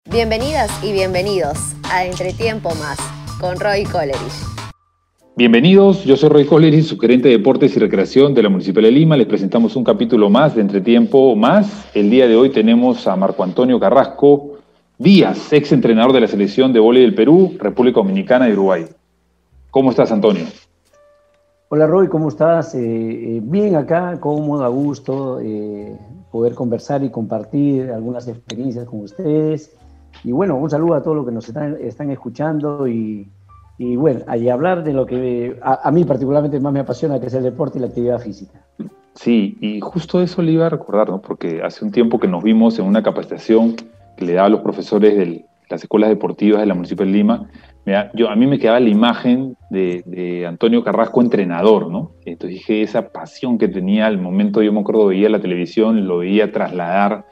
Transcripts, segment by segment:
Bienvenidas y bienvenidos a Entretiempo Más con Roy Coleridge. Bienvenidos, yo soy Roy Coleridge, su gerente de Deportes y Recreación de la Municipalidad de Lima. Les presentamos un capítulo más de Entretiempo Más. El día de hoy tenemos a Marco Antonio Carrasco Díaz, ex entrenador de la selección de vóley del Perú, República Dominicana y Uruguay. ¿Cómo estás, Antonio? Hola Roy, ¿cómo estás? Bien acá, cómodo, a gusto, poder conversar y compartir algunas experiencias con ustedes. Y bueno, un saludo a todos los que nos están escuchando y bueno, y hablar de lo que a mí particularmente más me apasiona, que es el deporte y la actividad física. Sí, y justo eso le iba a recordar, ¿no? Porque hace un tiempo que nos vimos en una capacitación que le daba a los profesores de las escuelas deportivas de la Municipalidad de Lima. A mí me quedaba la imagen de Antonio Carrasco entrenador, ¿no? Entonces dije, esa pasión que tenía al momento, yo me acuerdo, veía la televisión, lo veía trasladar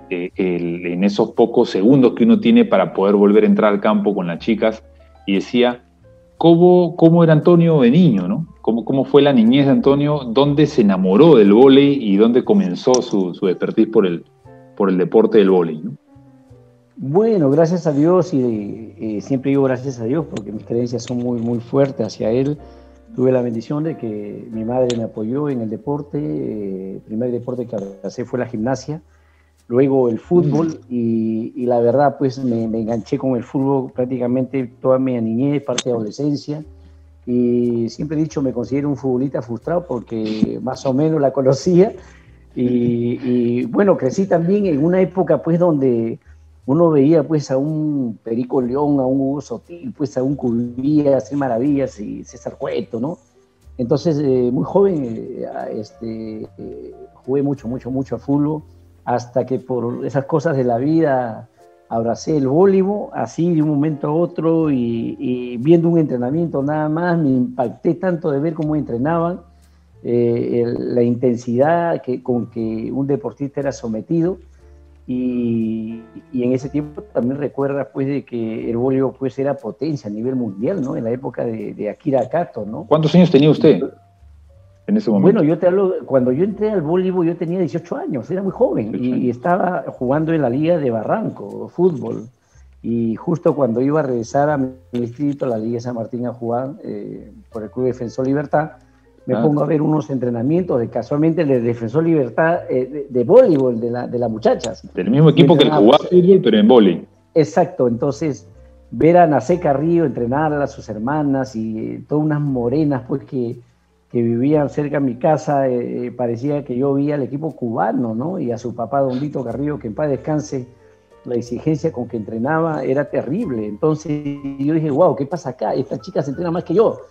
en esos pocos segundos que uno tiene para poder volver a entrar al campo con las chicas, y decía, ¿cómo era Antonio de niño, ¿no? ¿Cómo fue la niñez de Antonio? ¿Dónde se enamoró del vóley y dónde comenzó su expertise por el deporte del vóley, ¿no? Bueno, gracias a Dios y siempre digo gracias a Dios porque mis creencias son muy, muy fuertes hacia Él. Tuve la bendición de que mi madre me apoyó en el deporte. El primer deporte que abracé fue la gimnasia, luego el fútbol y la verdad pues me enganché con el fútbol prácticamente toda mi niñez, parte de adolescencia. Y siempre he dicho, me considero un futbolista frustrado porque más o menos la conocía. Y bueno, crecí también en una época pues donde uno veía pues a un Perico León, a un Hugo Sotil, pues a un Cubilla hacer maravillas y César Cueto, ¿no? Entonces, muy joven, jugué mucho a fútbol, hasta que por esas cosas de la vida abracé el voleibol, así de un momento a otro, y viendo un entrenamiento nada más, me impacté tanto de ver cómo entrenaban, la intensidad con que un deportista era sometido. Y en ese tiempo también recuerda pues de que el voleibol pues era potencia a nivel mundial, ¿no? En la época de Akira Kato, ¿no? ¿Cuántos años tenía usted en ese momento? Bueno, yo te hablo, cuando yo entré al voleibol yo tenía 18 años, era muy joven y estaba jugando en la Liga de Barranco, fútbol. Y justo cuando iba a regresar a mi distrito, a la Liga de San Martín, a jugar por el Club Defensor Libertad, me pongo a ver unos entrenamientos casualmente el de Defensor Libertad de voleibol de las muchachas. Del mismo equipo que el jugaba fútbol, pero en vóley. Exacto, entonces ver a Nacé Carrillo entrenar a sus hermanas y todas unas morenas pues que vivían cerca de mi casa, parecía que yo veía al equipo cubano, ¿no? Y a su papá, Don Vito Carrillo, que en paz descanse, la exigencia con que entrenaba era terrible. Entonces yo dije, wow, ¿qué pasa acá? Esta chica se entrena más que yo.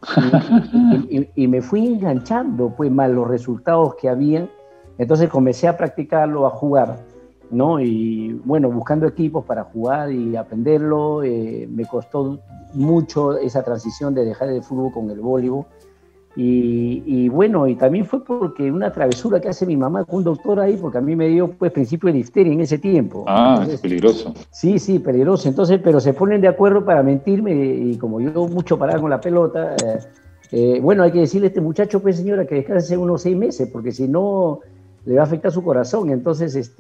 Y me fui enganchando, pues, más los resultados que habían. Entonces comencé a practicarlo, a jugar, ¿no? Y bueno, buscando equipos para jugar y aprenderlo. Me costó mucho esa transición de dejar el fútbol con el voleibol. Y bueno, y también fue porque una travesura que hace mi mamá con un doctor ahí, porque a mí me dio pues principio de difteria en ese tiempo. Entonces, es peligroso. Sí, peligroso. Entonces, pero se ponen de acuerdo para mentirme y como yo mucho paraba con la pelota, bueno, hay que decirle a este muchacho, pues señora, que descanse unos 6 meses, porque si no le va a afectar su corazón. Entonces,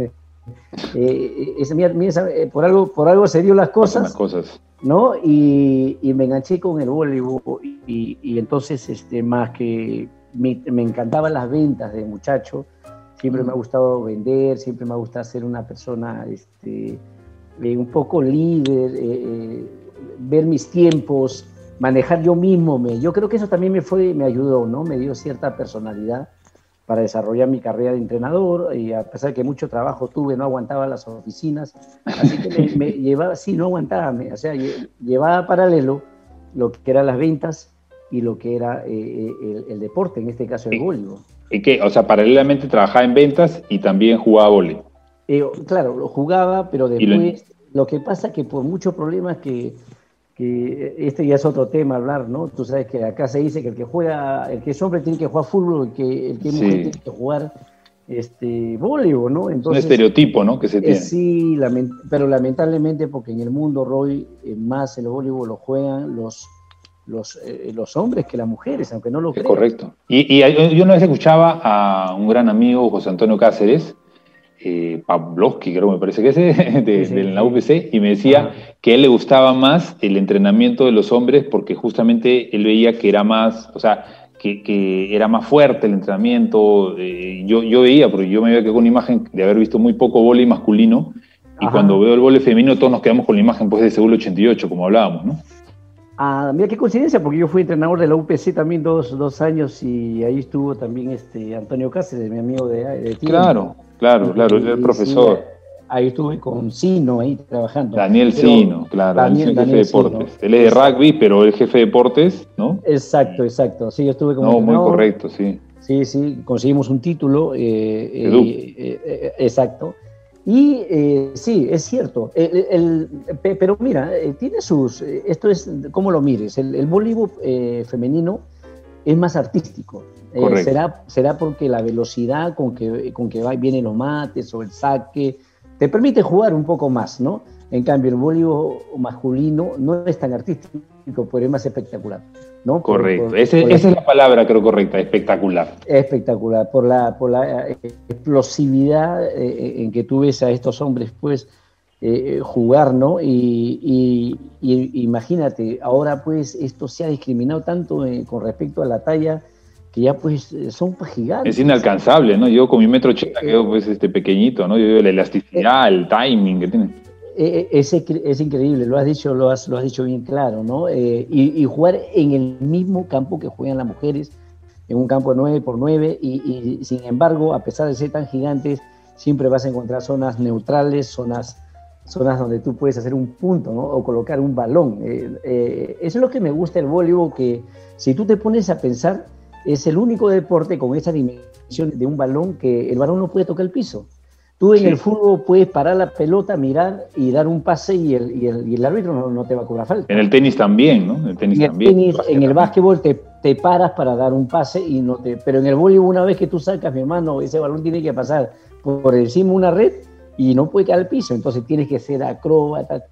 por algo se dio las cosas. ¿No? Y me enganché con el voleibol y entonces más que me encantaban las ventas de muchacho, siempre me ha gustado vender, siempre me ha gustado ser una persona un poco líder, ver mis tiempos, manejar yo mismo. Yo creo que eso también me ayudó, ¿no? Me dio cierta personalidad para desarrollar mi carrera de entrenador, y a pesar de que mucho trabajo tuve, no aguantaba las oficinas, así que me llevaba, sí, no aguantaba, llevaba paralelo lo que eran las ventas y lo que era el deporte, en este caso el voleibol. ¿Y qué? O sea, paralelamente trabajaba en ventas y también jugaba vóley. Claro, lo jugaba, pero después, lo que pasa que por muchos problemas que este ya es otro tema hablar, ¿no? Tú sabes que acá se dice que el que es hombre tiene que jugar fútbol, el que es mujer tiene que jugar voleibol, ¿no? Entonces, un estereotipo, ¿no? Que se tiene. Sí, pero lamentablemente, porque en el mundo, Roy, más el voleibol lo juegan los hombres que las mujeres, aunque no lo crean. Correcto. Y yo una vez escuchaba a un gran amigo, José Antonio Cáceres, Pavlovsky, creo, me parece que es, Sí, de la sí. UPC, y me decía que a él le gustaba más el entrenamiento de los hombres porque justamente él veía que era más, o sea, que era más fuerte el entrenamiento. Yo veía, porque yo me había quedado con una imagen de haber visto muy poco vóley masculino, y cuando Ajá. veo el vóley femenino todos nos quedamos con la imagen pues de Seúl 88, como hablábamos, ¿no? Ah, mira qué coincidencia, porque yo fui entrenador de la UPC también dos años y ahí estuvo también Antonio Cáceres, mi amigo de tiempo. Claro, claro, claro, él era el Y sí, profesor. ahí estuve con Sino ahí trabajando. Daniel Pero Sino, claro, Daniel Sino es jefe de Daniel Sino, deportes. Él es de exacto, rugby, pero es jefe de deportes, ¿no? exacto, exacto. Sí, yo estuve como No, muy entrenador. correcto, sí. Sí, sí, conseguimos un título, Edu. exacto. Y sí, es cierto. Pero mira, tiene sus. Esto es, ¿cómo lo mires? El voleibol femenino es más artístico. Correcto. Será porque la velocidad con que vienen los mates o el saque te permite jugar un poco más, ¿no? En cambio, el voleibol masculino no es tan artístico, pero es más espectacular, ¿no? Correcto. Por Esa es la palabra, creo, correcta, espectacular. espectacular, por la explosividad en que tú ves a estos hombres, pues, jugar, ¿no? Y imagínate, ahora pues esto se ha discriminado tanto con respecto a la talla que ya pues son Es gigantes. inalcanzable, ¿no? Yo con mi metro ochenta Eh, quedo pues pequeñito, ¿no? Yo digo la eh, elasticidad, el timing que tiene. es increíble, lo has dicho bien claro, ¿no? Y jugar en el mismo campo que juegan las mujeres, en un campo de 9 por 9 y sin embargo, a pesar de ser tan gigantes, siempre vas a encontrar zonas neutrales, zonas donde tú puedes hacer un punto, ¿no? O colocar un balón. Eso es lo que me gusta del voleibol, que si tú te pones a pensar, es el único deporte con esa dimensión de un balón que el balón no puede tocar el piso. Tú en el Sí. fútbol puedes parar la pelota, mirar y dar un pase y el árbitro no te va a cobrar En falta. el tenis también, ¿no? En el tenis En el también, en el tenis, básquet en el también. básquetbol te paras para dar un pase y no te... Pero en el voleibol una vez que tú sacas, mi hermano, ese balón tiene que pasar por encima de una red y no puede caer al piso. Entonces tienes que ser acróbata,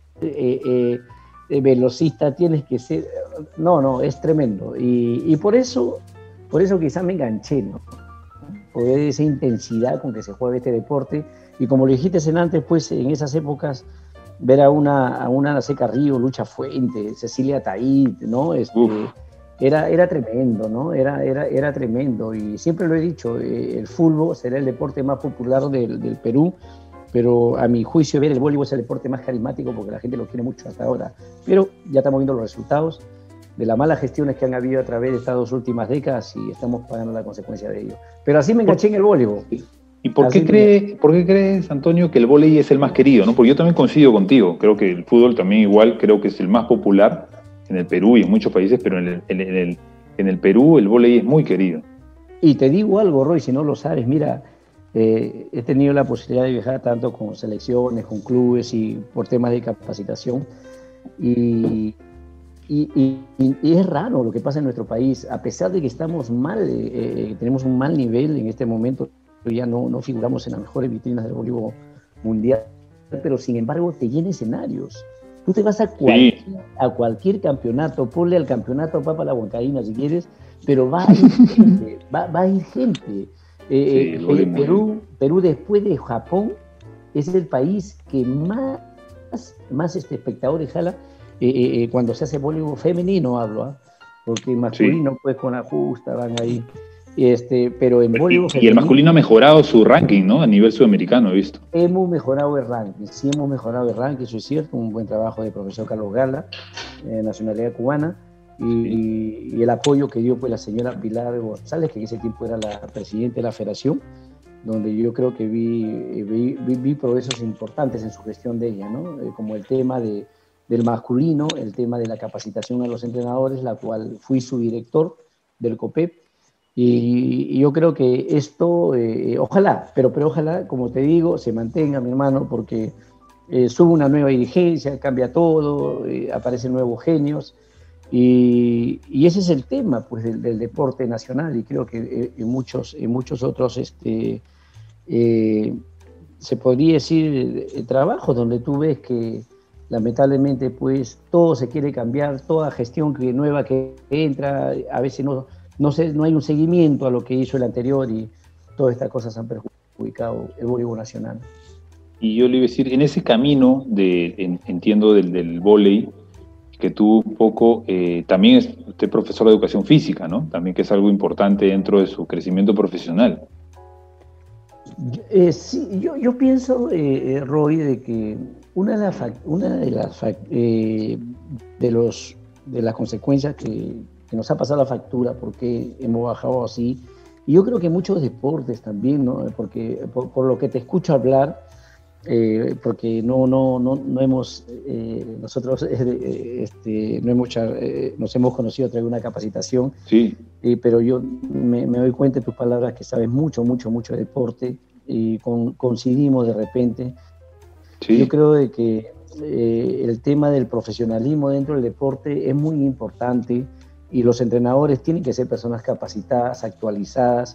velocista, tienes que ser... No, es tremendo. Y por eso quizás me enganché, ¿no? Por esa intensidad con que se juega este deporte. Y como lo dijiste en antes, pues en esas épocas ver a una Seca Río, Lucha Fuente, Cecilia Taíd, ¿no? Era tremendo, ¿no? Era tremendo. Y siempre lo he dicho, el fútbol será el deporte más popular del Perú, pero a mi juicio ver el voleibol es el deporte más carismático porque la gente lo quiere mucho hasta ahora. Pero ya estamos viendo los resultados de las malas gestiones que han habido a través de estas 2 últimas décadas y estamos pagando la consecuencia de ello. Pero así me enganché en el voleibol. ¿Y por qué crees, Antonio, que el vóley es el más querido, ¿no? Porque yo también coincido contigo. Creo que el fútbol también igual, creo que es el más popular en el Perú y en muchos países, pero en el Perú el vóley es muy querido. Y te digo algo, Roy, si no lo sabes, mira, he tenido la posibilidad de viajar tanto con selecciones, con clubes y por temas de capacitación. Y, y es raro lo que pasa en nuestro país, a pesar de que estamos mal, tenemos un mal nivel en este momento, ya no figuramos en las mejores vitrinas del voleibol mundial, pero sin embargo te llena escenarios. Tú te vas a cualquier campeonato, ponle al campeonato Papa la Huancaína si quieres, pero va a ir gente, va a ir gente. Sí, el vóley Perú después de Japón es el país que más espectadores jala cuando se hace voleibol femenino, hablo, ¿eh? Porque masculino, pues con la justa van ahí. Pero en voleibol y el masculino ha mejorado su ranking, ¿no? A nivel sudamericano, he visto. hemos mejorado el ranking, sí hemos mejorado el ranking, eso es cierto, un buen trabajo del profesor Carlos Gala, nacionalidad cubana, y el apoyo que dio pues la señora Pilar González, que en ese tiempo era la presidenta de la federación, donde yo creo que vi progresos importantes en su gestión de ella, ¿no? Como el tema del masculino, el tema de la capacitación a los entrenadores, la cual fui su director del COPEP, y yo creo que esto, ojalá, pero ojalá, como te digo, se mantenga, mi hermano, porque sube una nueva dirigencia, cambia todo, aparecen nuevos genios, y ese es el tema pues, del deporte nacional, y creo que en muchos otros se podría decir trabajos donde tú ves que lamentablemente pues todo se quiere cambiar, toda gestión nueva que entra, a veces no hay un seguimiento a lo que hizo el anterior y todas estas cosas han perjudicado ubicado el voleibol nacional. Y yo le iba a decir, en ese camino entiendo del vóley, que tú un poco, también es usted profesor de educación física, ¿no? También que es algo importante dentro de su crecimiento profesional. Sí, yo pienso, Roy, de que una de las consecuencias que nos ha pasado la factura, porque hemos bajado así, y yo creo que muchos deportes también, ¿no? Porque por lo que te escucho hablar, porque no hemos, nosotros nos hemos conocido a través de una capacitación, Sí. pero yo me doy cuenta de tus palabras que sabes mucho de deporte y coincidimos de repente. Sí. Yo creo de que el tema del profesionalismo dentro del deporte es muy importante y los entrenadores tienen que ser personas capacitadas, actualizadas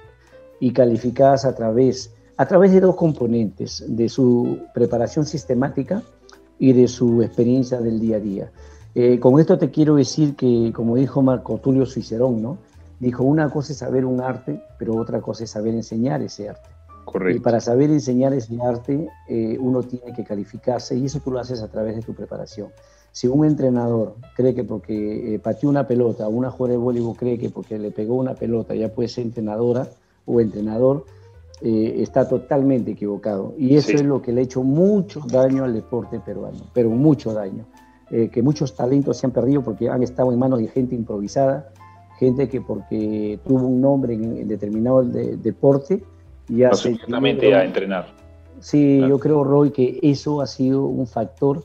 y calificadas a través de dos componentes, de su preparación sistemática y de su experiencia del día a día. Con esto te quiero decir que, como dijo Marco Tulio Cicerón, ¿no? Dijo, una cosa es saber un arte, pero otra cosa es saber enseñar ese arte. Correcto. Y para saber enseñar ese arte, uno tiene que calificarse, y eso tú lo haces a través de tu preparación. Si un entrenador cree que porque pateó una pelota, o una jugadora de voleibol cree que porque le pegó una pelota ya puede ser entrenadora o entrenador, está totalmente equivocado. Y eso es lo que le ha hecho mucho daño al deporte peruano, pero mucho daño. Que muchos talentos se han perdido porque han estado en manos de gente improvisada, gente que porque tuvo un nombre en determinado deporte, ya pasó inmediatamente a entrenar. Sí, claro. Yo creo, Roy, que eso ha sido un factor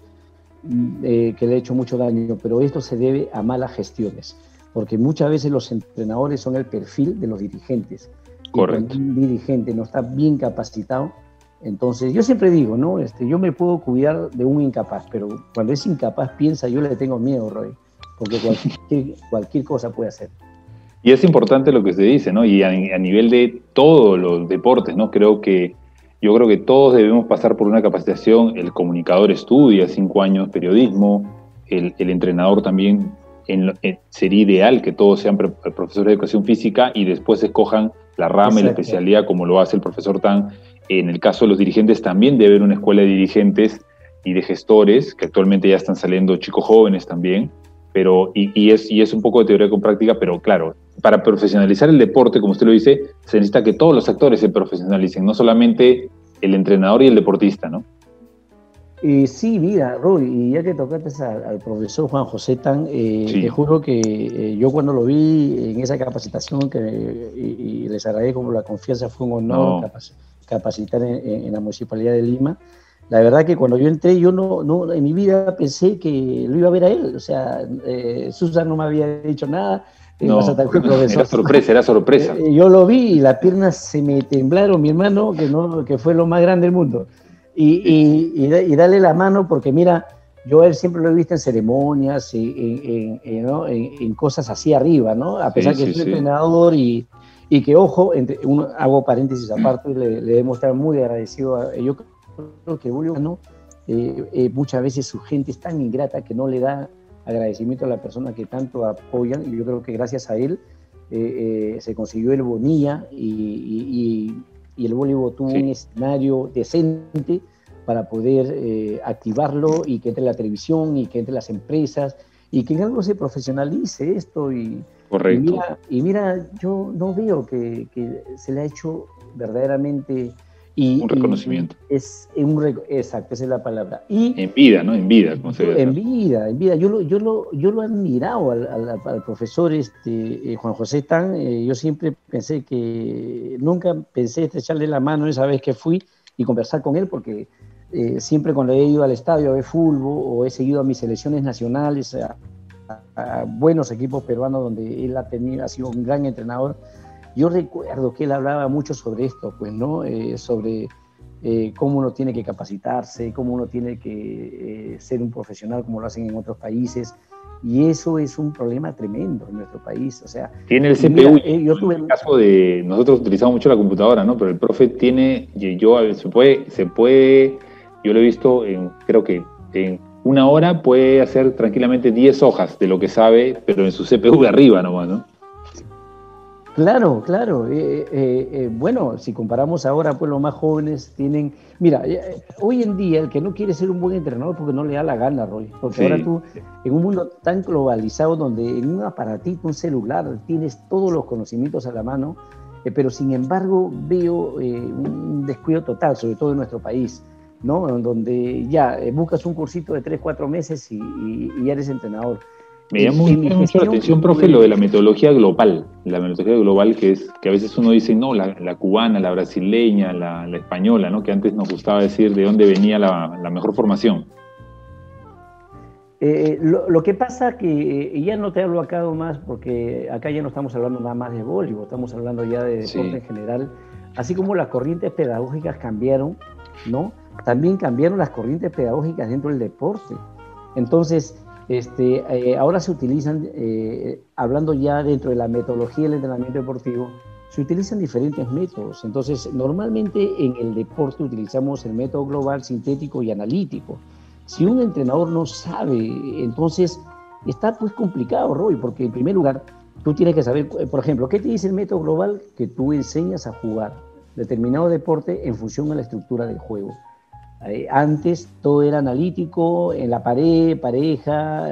que le ha hecho mucho daño, pero esto se debe a malas gestiones, porque muchas veces los entrenadores son el perfil de los dirigentes. Correcto. Y cuando un dirigente no está bien capacitado, entonces yo siempre digo, ¿no? Yo me puedo cuidar de un incapaz, pero cuando es incapaz piensa, yo le tengo miedo, Roy, porque cualquier cosa puede hacer. Y es importante lo que se dice, ¿no? Y a nivel de todos los deportes, ¿no? Yo creo que todos debemos pasar por una capacitación. El comunicador estudia 5 años periodismo, el entrenador también. Sería ideal que todos sean profesores de educación física y después escojan la rama. Exacto. Y la especialidad como lo hace el profesor Tan. En el caso de los dirigentes también debe haber una escuela de dirigentes y de gestores, que actualmente ya están saliendo chicos jóvenes también, pero es un poco de teoría con práctica, pero claro, para profesionalizar el deporte, como usted lo dice, se necesita que todos los actores se profesionalicen, no solamente el entrenador y el deportista, ¿no? Sí, mira, Roy, y ya que tocaste al profesor Juan José Tan, sí. Te juro que yo cuando lo vi en esa capacitación, y les agradezco por la confianza, fue un honor capacitar en la Municipalidad de Lima. La verdad que cuando yo entré, yo no en mi vida pensé que lo iba a ver a él. O sea, Susan no me había dicho nada. No, era sorpresa. Yo lo vi y las piernas se me temblaron, mi hermano, que fue lo más grande del mundo. Y darle la mano, porque mira, yo a él siempre lo he visto en ceremonias, en cosas así arriba, ¿no? A pesar que soy entrenador y que, ojo, hago paréntesis aparte, le he mostrado muy agradecido. Yo creo que Julio, ¿no? Muchas veces su gente es tan ingrata que no le da agradecimiento a la persona que tanto apoyan, y yo creo que gracias a él se consiguió el Bonilla y el voleibol tuvo un escenario decente para poder activarlo y que entre la televisión y que entre las empresas y que en algo se profesionalice esto. Correcto. Y mira, yo no veo que se le ha hecho verdaderamente... un reconocimiento. Exacto, esa es la palabra. Y en vida, ¿no? En vida, como se ve. En vida. Yo lo he admirado al profesor Juan José Tan. Yo siempre nunca pensé estrecharle la mano esa vez que fui y conversar con él, porque siempre cuando he ido al estadio a ver fútbol o he seguido a mis selecciones nacionales, a buenos equipos peruanos donde él ha sido un gran entrenador, yo recuerdo que él hablaba mucho sobre esto, pues, ¿no? Sobre cómo uno tiene que capacitarse, cómo uno tiene que ser un profesional como lo hacen en otros países, y eso es un problema tremendo en nuestro país. O sea, tiene el CPU. Mira, en el caso de nosotros utilizamos mucho la computadora, ¿no? Pero el profe tiene, se puede, yo lo he visto creo que en 1 hora puede hacer tranquilamente 10 hojas de lo que sabe, pero en su CPU de arriba nomás, ¿no? Claro, claro. Bueno, si comparamos ahora, pues los más jóvenes tienen... Mira, hoy en día el que no quiere ser un buen entrenador porque no le da la gana, Roy. Porque ahora Sí, tú, en un mundo tan globalizado donde en un aparatito, un celular, tienes todos los conocimientos a la mano, pero sin embargo veo un descuido total, sobre todo en nuestro país, ¿no? Donde ya buscas un cursito de 3, 4 meses y ya eres entrenador. me llama En mi mucho la gestión que atención, profe, lo tuve... de la metodología global que a veces uno dice, no, la cubana, la brasileña, la española, ¿no? Que antes nos gustaba decir de dónde venía la mejor formación. Lo que pasa que, y ya no te hablo acá más porque acá ya no estamos hablando nada más de voleibol, estamos hablando ya de deporte Sí, en general, así como las corrientes pedagógicas cambiaron, ¿no? También cambiaron las corrientes pedagógicas dentro del deporte. Entonces, ahora se utilizan, hablando ya dentro de la metodología del entrenamiento deportivo, se utilizan diferentes métodos. Entonces, normalmente en el deporte utilizamos el método global, sintético y analítico. Si un entrenador no sabe, entonces está pues complicado, Roy, porque en primer lugar, tú tienes que saber, por ejemplo, ¿qué te dice el método global? Que tú enseñas a jugar determinado deporte en función a la estructura del juego. Antes todo era analítico, en la pared, pareja,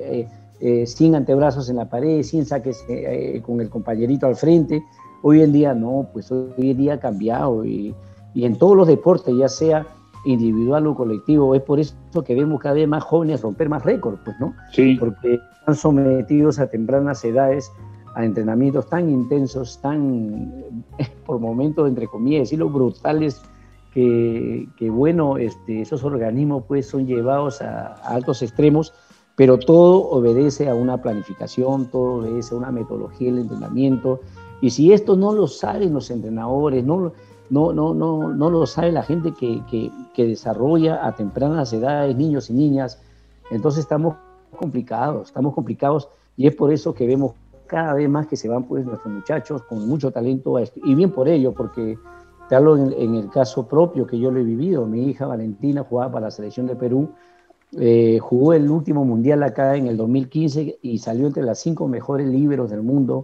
100 antebrazos en la pared, 100 saques con el compañerito al frente. Hoy en día no, pues hoy en día ha cambiado y en todos los deportes, ya sea individual o colectivo, es por eso que vemos cada vez más jóvenes romper más récords, pues, ¿no? sí. Porque están sometidos a tempranas edades a entrenamientos tan intensos, tan, por momentos, entre comillas, decirlo, brutales, que bueno, esos organismos pues son llevados a altos extremos, pero todo obedece a una planificación, todo obedece a una metodología del entrenamiento, y si esto no lo saben los entrenadores, no lo sabe la gente que desarrolla a tempranas edades, niños y niñas, entonces estamos complicados, y es por eso que vemos cada vez más que se van pues nuestros muchachos con mucho talento, y bien por ello, porque te hablo en el caso propio que yo lo he vivido. Mi hija Valentina jugaba para la selección de Perú, jugó el último mundial acá en el 2015 y salió entre las 5 mejores líberos del mundo.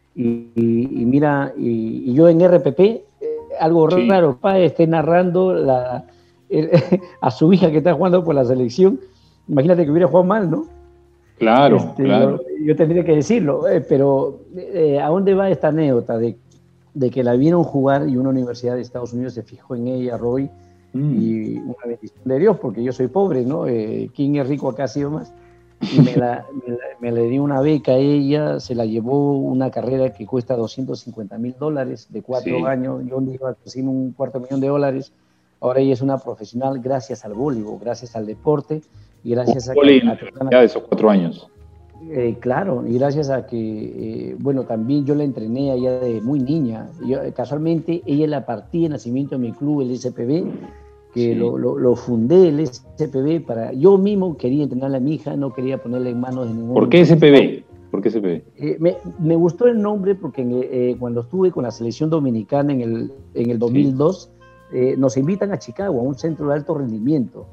Y mira, y yo en RPP, algo Sí, raro, padre esté narrando el, a su hija que está jugando por la selección. Imagínate que hubiera jugado mal, ¿no? claro, claro. Yo tendría que decirlo, pero ¿a dónde va esta anécdota de que la vieron jugar y una universidad de Estados Unidos se fijó en ella, Roy, Mm, y una bendición de Dios, porque yo soy pobre, ¿no? ¿Quién es rico acá ha sido más? Y me le dio una beca a ella, se la llevó una carrera que cuesta $250,000 de 4 años, yo le iba a conseguir $250,000, ahora ella es una profesional gracias al voleibol, gracias al deporte y gracias a que Vóley en la a universidad de esos 4 años. claro, y gracias a que, bueno, también yo la entrené allá de muy niña. Yo, casualmente, ella la partí de nacimiento de mi club, el SPB, que Sí. lo fundé, el SPB, para... Yo mismo quería entrenarle a mi hija, no quería ponerle en manos de ¿Por ningún qué profesional. SPB? ¿Por qué SPB? Me gustó el nombre porque cuando estuve con la selección dominicana en el Sí. 2002, nos invitan a Chicago, a un centro de alto rendimiento.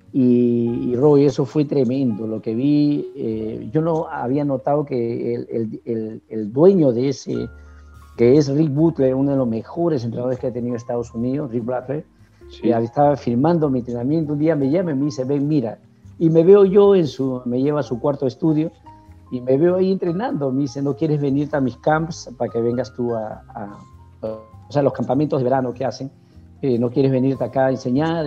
Y Roy, eso fue tremendo. Lo que vi, yo no había notado que el dueño de ese, que es Rick Butler, uno de los mejores entrenadores que ha tenido Estados Unidos, Rick Butler, Sí. estaba filmando mi entrenamiento. Un día me llama y me dice, ven, mira. Y me veo yo me lleva a su cuarto estudio y me veo ahí entrenando. Me dice, ¿no quieres venirte a mis camps para que vengas tú o sea, los campamentos de verano que hacen? No quieres venirte acá a enseñar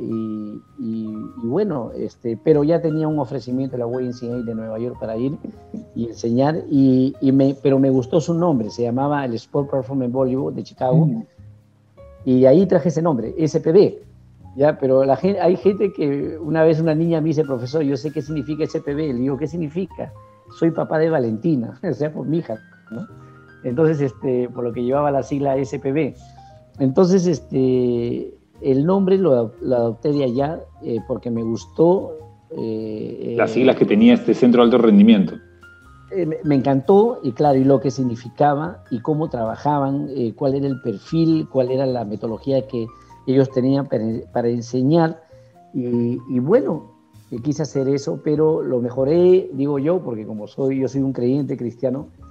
y bueno, pero ya tenía un ofrecimiento de la YMCA de Nueva York para ir y enseñar, pero me gustó su nombre, se llamaba el Sport Performance Volleyball de Chicago, Mm. y ahí traje ese nombre, SPB, ya, pero hay gente que una vez una niña me dice, profesor, yo sé qué significa SPB, le digo, ¿qué significa? Soy papá de Valentina, o sea, por mi hija, ¿no? Entonces, por lo que llevaba la sigla SPB. Entonces, el nombre lo adopté de allá porque me gustó. Las siglas que tenía este centro de alto rendimiento. Me encantó, y claro, y lo que significaba, y cómo trabajaban, cuál era el perfil, cuál era la metodología que ellos tenían para enseñar. Y bueno, quise hacer eso, pero lo mejoré, digo yo, porque yo soy un creyente cristiano,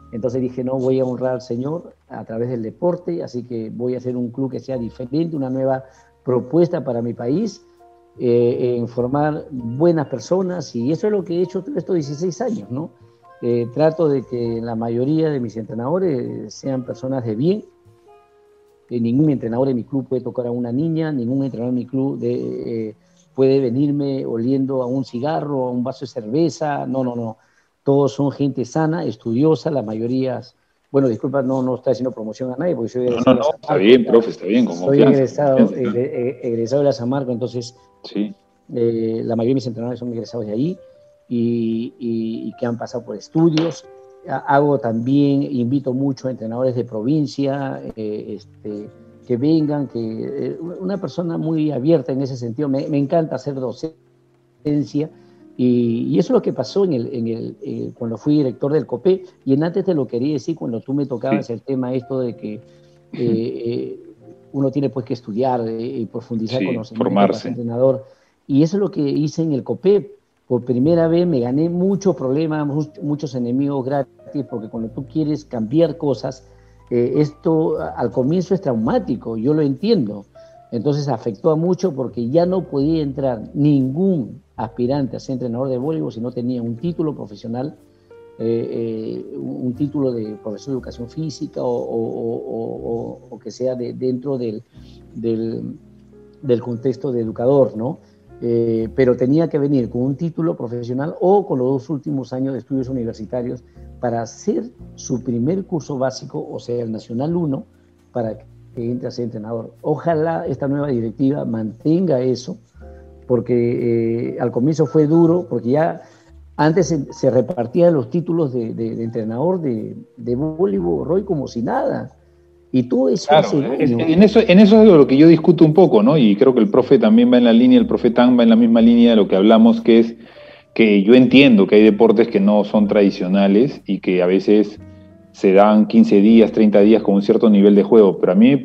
Entonces dije, no, voy a honrar al Señor a través del deporte, así que voy a hacer un club que sea diferente, una nueva propuesta para mi país, en formar buenas personas, y eso es lo que he hecho estos 16 años, ¿no? Trato de que la mayoría de mis entrenadores sean personas de bien. Ningún entrenador de mi club puede tocar a una niña, ningún entrenador de mi club puede venirme oliendo a un cigarro, a un vaso de cerveza, no, no, no. Todos son gente sana, estudiosa, la mayoría, bueno, disculpa, no estoy haciendo promoción a nadie, porque soy egresado de la San Marcos. Está bien, profe, está bien, con soy confianza. egresado de la San Marcos, entonces Sí. la mayoría de mis entrenadores son egresados de ahí y que han pasado por estudios. Hago también, invito mucho a entrenadores de provincia, que vengan, una persona muy abierta en ese sentido. Me encanta hacer docencia, y eso es lo que pasó cuando fui director del COPE, y antes te lo quería decir cuando tú me tocabas el tema esto de que uno tiene pues que estudiar y profundizar conocimiento para ser entrenador, y eso es lo que hice en el COPE. Por primera vez me gané muchos problemas, muchos enemigos gratis, porque cuando tú quieres cambiar cosas, esto al comienzo es traumático, yo lo entiendo. Entonces afectó a mucho porque ya no podía entrar ningún aspirante a ser entrenador de voleibol si no tenía un título profesional, un título de profesor de educación física o que sea dentro del contexto de educador, ¿no? Pero tenía que venir con un título profesional o con los 2 últimos años de estudios universitarios para hacer su primer curso básico, o sea, el Nacional 1, para que entre a ser entrenador. Ojalá esta nueva directiva mantenga eso, porque al comienzo fue duro, porque ya antes se repartían los títulos de entrenador de voleibol, Roy, como si nada. Y todo eso en eso es lo que yo discuto un poco, ¿no? Y creo que el profe también va en la línea, el profe Tan va en la misma línea de lo que hablamos, que es que yo entiendo que hay deportes que no son tradicionales y que a veces se dan 15 días, 30 días con un cierto nivel de juego, pero a mí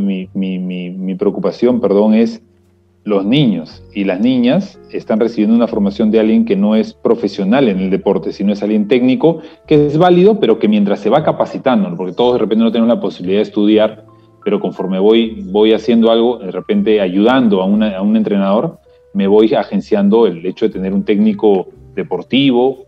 mi preocupación, perdón, es los niños y las niñas están recibiendo una formación de alguien que no es profesional en el deporte, sino es alguien técnico, que es válido, pero que mientras se va capacitando, porque todos de repente no tenemos la posibilidad de estudiar, pero conforme voy haciendo algo, de repente ayudando a un entrenador, me voy agenciando el hecho de tener un técnico deportivo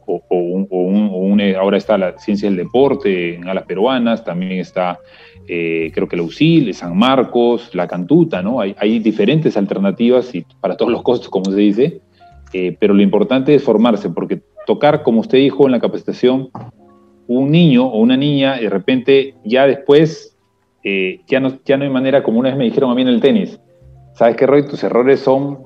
ahora está la ciencia del deporte en Alas Peruanas, también está creo que la UCIL, San Marcos, la Cantuta, ¿no? Hay diferentes alternativas y para todos los costos, como se dice, pero lo importante es formarse, porque tocar, como usted dijo en la capacitación, un niño o una niña, de repente ya después ya no hay manera, como una vez me dijeron a mí en el tenis, ¿sabes qué, Roy? Tus errores son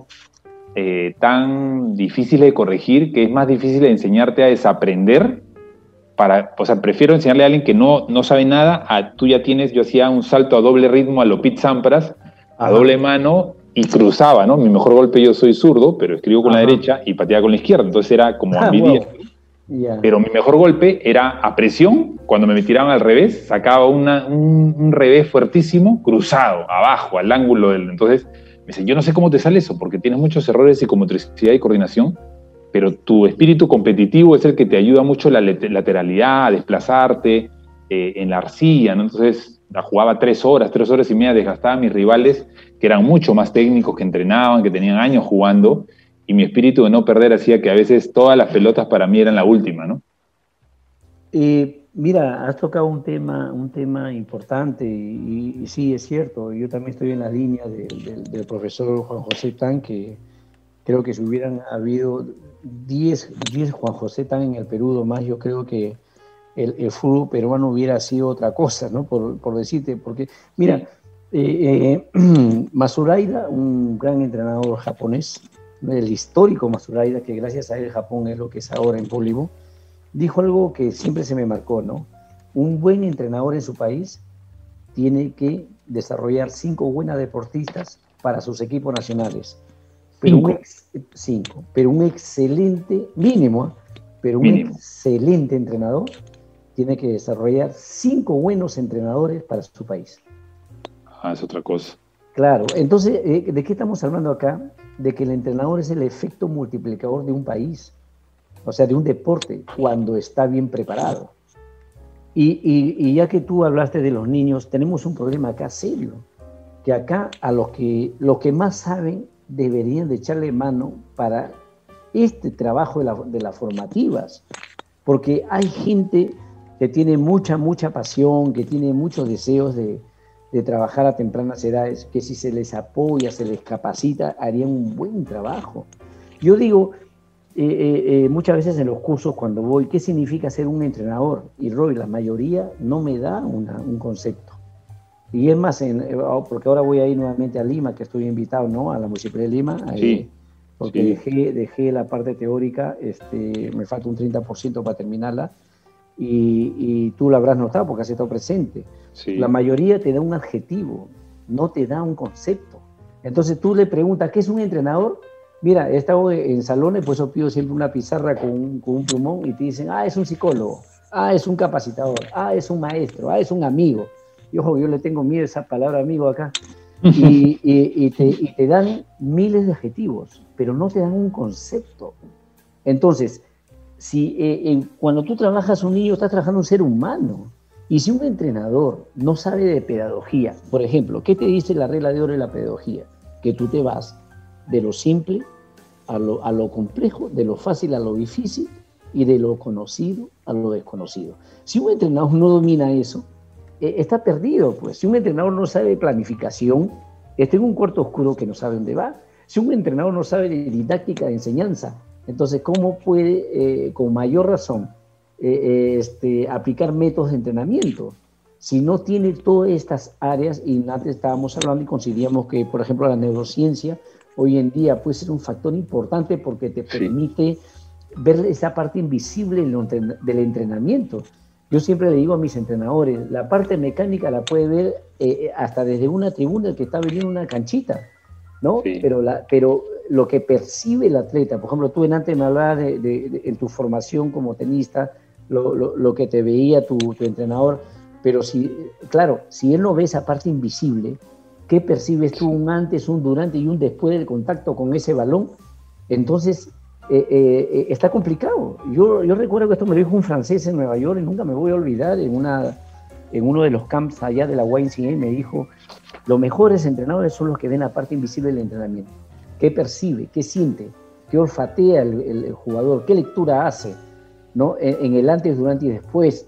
tan difíciles de corregir que es más difícil de enseñarte a desaprender. O sea, prefiero enseñarle a alguien que no sabe nada yo hacía un salto a doble ritmo a lo Pete Sampras, a doble mano, y cruzaba, ¿no? Mi mejor golpe, yo soy zurdo, pero escribo con la derecha y pateaba con la izquierda, entonces era como ambidiestro. Wow. Yeah. Pero mi mejor golpe era a presión, cuando me tiraban al revés, sacaba un revés fuertísimo, cruzado, abajo, al ángulo entonces me dice, yo no sé cómo te sale eso, porque tienes muchos errores de psicomotricidad y coordinación, pero tu espíritu competitivo es el que te ayuda mucho la lateralidad, a desplazarte en la arcilla, ¿no? Entonces la jugaba 3 horas y media, desgastaba a mis rivales, que eran mucho más técnicos, que entrenaban, que tenían años jugando, y mi espíritu de no perder hacía que a veces todas las pelotas para mí eran la última, ¿no? Mira, has tocado un tema importante y sí, es cierto, yo también estoy en la línea del profesor Juan José Tan, que creo que si hubieran habido 10 Juan José Tan en el Perú o más, yo creo que el fútbol peruano hubiera sido otra cosa, ¿no? Por decirte, porque, mira, Matsudaira, un gran entrenador japonés, el histórico Matsudaira, que gracias a él Japón es lo que es ahora en voleibol, dijo algo que siempre se me marcó, ¿no? Un buen entrenador en su país tiene que desarrollar 5 buenas deportistas para sus equipos nacionales. Pero un excelente, mínimo, pero un excelente entrenador tiene que desarrollar 5 buenos entrenadores para su país. Es otra cosa. Claro, entonces, ¿de qué estamos hablando acá? De que el entrenador es el efecto multiplicador de un país, o sea, de un deporte, cuando está bien preparado. Y ya que tú hablaste de los niños, tenemos un problema acá serio, que acá a los que más saben deberían de echarle mano para este trabajo de las formativas, porque hay gente que tiene mucha pasión, que tiene muchos deseos de trabajar a tempranas edades, que si se les apoya, se les capacita, harían un buen trabajo. Yo digo, muchas veces en los cursos cuando voy, ¿qué significa ser un entrenador? Y Roy, la mayoría no me da un concepto. Y es más, porque ahora voy a ir nuevamente a Lima, que estoy invitado, ¿no?, a la Municipalidad de Lima, Sí, porque sí. dejé la parte teórica, me falta un 30% para terminarla, y tú lo habrás notado porque has estado presente. La Sí. mayoría te da un adjetivo, no te da un concepto. Entonces tú le preguntas, ¿qué es un entrenador? Mira, he estado en salones, pues yo pido siempre una pizarra con un plumón y te dicen, es un psicólogo, es un capacitador, es un maestro, es un amigo. Y ojo, yo le tengo miedo a esa palabra amigo acá. Y te dan miles de adjetivos, pero no te dan un concepto. Entonces, cuando tú trabajas un niño, estás trabajando un ser humano. Y si un entrenador no sabe de pedagogía, por ejemplo, ¿qué te dice la regla de oro de la pedagogía? Que tú te vas de lo simple a lo complejo, de lo fácil a lo difícil y de lo conocido a lo desconocido. Si un entrenador no domina eso, está perdido, pues. Si un entrenador no sabe de planificación, está en un cuarto oscuro que no sabe dónde va. Si un entrenador no sabe de didáctica de enseñanza, entonces, ¿cómo puede, con mayor razón, aplicar métodos de entrenamiento? Si no tiene todas estas áreas, y antes estábamos hablando y considerábamos que, por ejemplo, la neurociencia hoy en día puede ser un factor importante porque te permite ver esa parte invisible del entrenamiento. Yo siempre le digo a mis entrenadores, la parte mecánica la puede ver hasta desde una tribuna que está viendo una canchita, ¿no? Sí. Pero lo que percibe el atleta, por ejemplo, tú antes me hablabas en tu formación como tenista, lo que te veía tu entrenador, pero claro, si él no ve esa parte invisible, ¿qué percibes tú un antes, un durante y un después del contacto con ese balón? Entonces, está complicado. Yo recuerdo que esto me lo dijo un francés en Nueva York y nunca me voy a olvidar, en uno de los camps allá de la YMCA, me dijo, los mejores entrenadores son los que ven la parte invisible del entrenamiento. ¿Qué percibe? ¿Qué siente? ¿Qué olfatea el jugador? ¿Qué lectura hace? ¿No? En el antes, durante y después.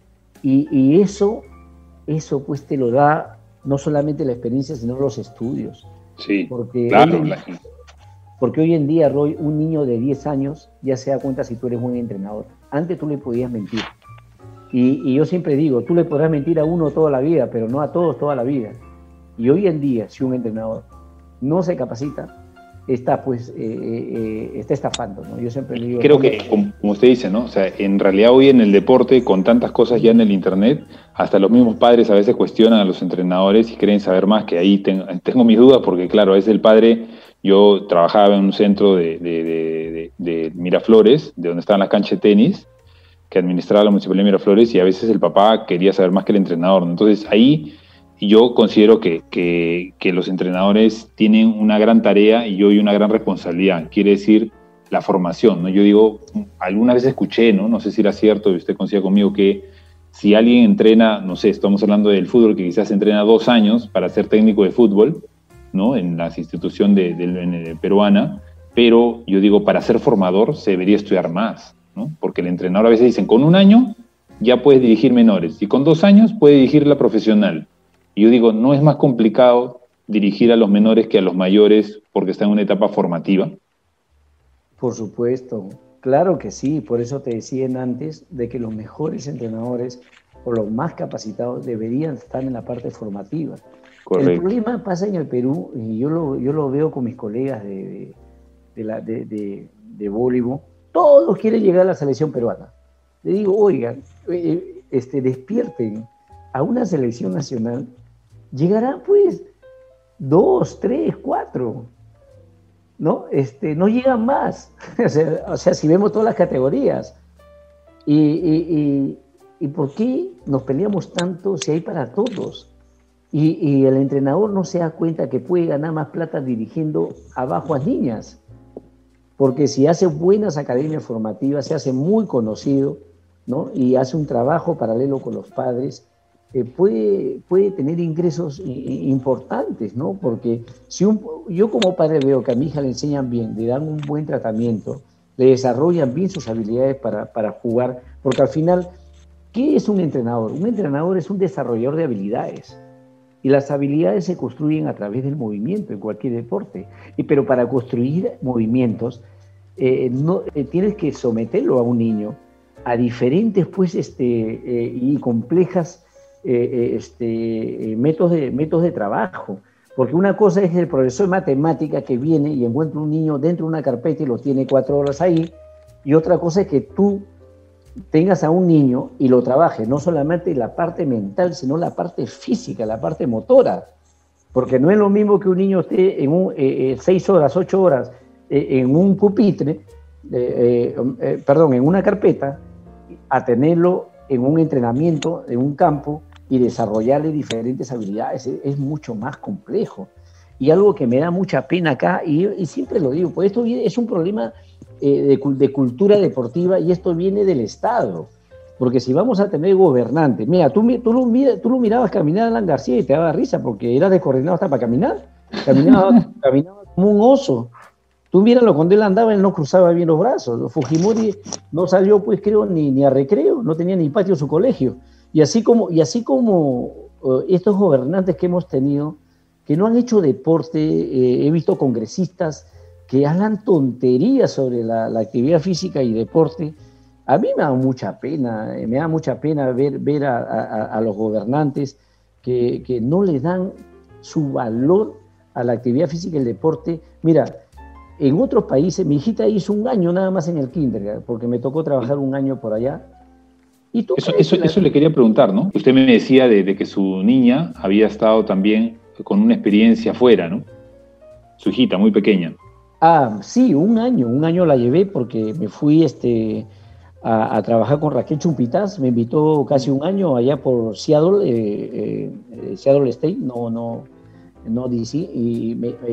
Y eso pues te lo da no solamente la experiencia, sino los estudios. Sí, Porque claro. porque hoy en día, Roy, un niño de 10 años ya se da cuenta si tú eres buen entrenador. Antes tú le podías mentir. Y yo siempre digo, tú le podrás mentir a uno toda la vida, pero no a todos toda la vida. Y hoy en día, si un entrenador no se capacita, está estafando, ¿no? Yo siempre digo... Creo que, como usted dice, ¿no? O sea, en realidad hoy en el deporte, con tantas cosas ya en el internet, hasta los mismos padres a veces cuestionan a los entrenadores y creen saber más, que ahí tengo mis dudas, porque claro, es el padre. Yo trabajaba en un centro de Miraflores, de donde estaban las canchas de tenis, que administraba la Municipalidad de Miraflores, y a veces el papá quería saber más que el entrenador, ¿no? Entonces ahí yo considero que los entrenadores tienen una gran tarea y hoy una gran responsabilidad. Quiere decir la formación, ¿no? Yo digo, alguna vez escuché, ¿no? No sé si era cierto, y usted coincide conmigo, que si alguien entrena, no sé, estamos hablando del fútbol, que quizás entrena 2 años para ser técnico de fútbol, ¿no? En las instituciones peruana, pero yo digo, para ser formador se debería estudiar más, ¿no? Porque el entrenador a veces dicen, con 1 año ya puedes dirigir menores, y con 2 años puedes dirigir la profesional. Y yo digo, ¿no es más complicado dirigir a los menores que a los mayores porque están en una etapa formativa? Por supuesto, claro que sí. Por eso te decían antes de que los mejores entrenadores o los más capacitados deberían estar en la parte formativa. Correcto. El problema pasa en el Perú, y yo lo veo con mis colegas de voleibol, todos quieren llegar a la selección peruana. Le digo, oigan, despierten a una selección nacional. Llegarán pues 2, 3, 4, ¿no? No llegan más. O sea, si vemos todas las categorías. ¿Y por qué nos peleamos tanto si hay para todos? Y el entrenador no se da cuenta que puede ganar más plata dirigiendo abajo a niñas. Porque si hace buenas academias formativas, se hace muy conocido, ¿no? Y hace un trabajo paralelo con los padres, puede tener ingresos importantes, ¿no? Porque si yo como padre veo que a mi hija le enseñan bien, le dan un buen tratamiento, le desarrollan bien sus habilidades para jugar, porque al final, ¿qué es un entrenador? Un entrenador es un desarrollador de habilidades. Y las habilidades se construyen a través del movimiento en cualquier deporte. Pero para construir movimientos, tienes que someterlo a un niño a diferentes pues, y complejas métodos de trabajo. Porque una cosa es el profesor de matemática que viene y encuentra un niño dentro de una carpeta y lo tiene 4 horas ahí, y otra cosa es que tú tengas a un niño y lo trabajes, no solamente la parte mental, sino la parte física, la parte motora. Porque no es lo mismo que un niño esté en 6 horas, 8 horas en un pupitre, en una carpeta, a tenerlo en un entrenamiento, en un campo, y desarrollarle diferentes habilidades. Es mucho más complejo. Y algo que me da mucha pena acá, y siempre lo digo, pues esto es un problema de cultura deportiva, y esto viene del Estado. Porque si vamos a tener gobernantes, mira, tú lo mirabas caminar a Alan García y te daba risa, porque era descoordinado hasta para caminar. Caminaba como un oso. Tú míralo, cuando él andaba, él no cruzaba bien los brazos. Fujimori no salió, pues creo, ni a recreo, no tenía ni patio su colegio. Y así como estos gobernantes que hemos tenido, que no han hecho deporte, he visto congresistas que hablan tonterías sobre la actividad física y deporte. A mí me da mucha pena ver a los gobernantes que no le dan su valor a la actividad física y el deporte. Mira, en otros países, mi hijita hizo 1 año nada más en el kinder, porque me tocó trabajar 1 año por allá. ¿Y eso le quería preguntar, ¿no? Usted me decía de que su niña había estado también con una experiencia afuera, ¿no? Su hijita, muy pequeña. Ah, sí, 1 año la llevé porque me fui a trabajar con Raquel Chumpitaz, me invitó casi 1 año allá por Seattle, Seattle State, no DC, y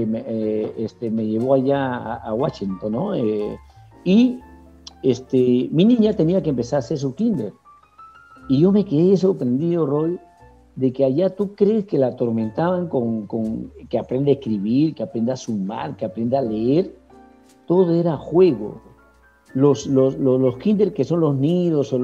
me llevó allá a Washington, ¿no? Mi niña tenía que empezar a hacer su kinder, y yo me quedé sorprendido, Roy, de que allá tú crees que la atormentaban con que aprenda a escribir, que aprenda a sumar, que aprenda a leer. Todo era juego. Los kinder, que son los nidos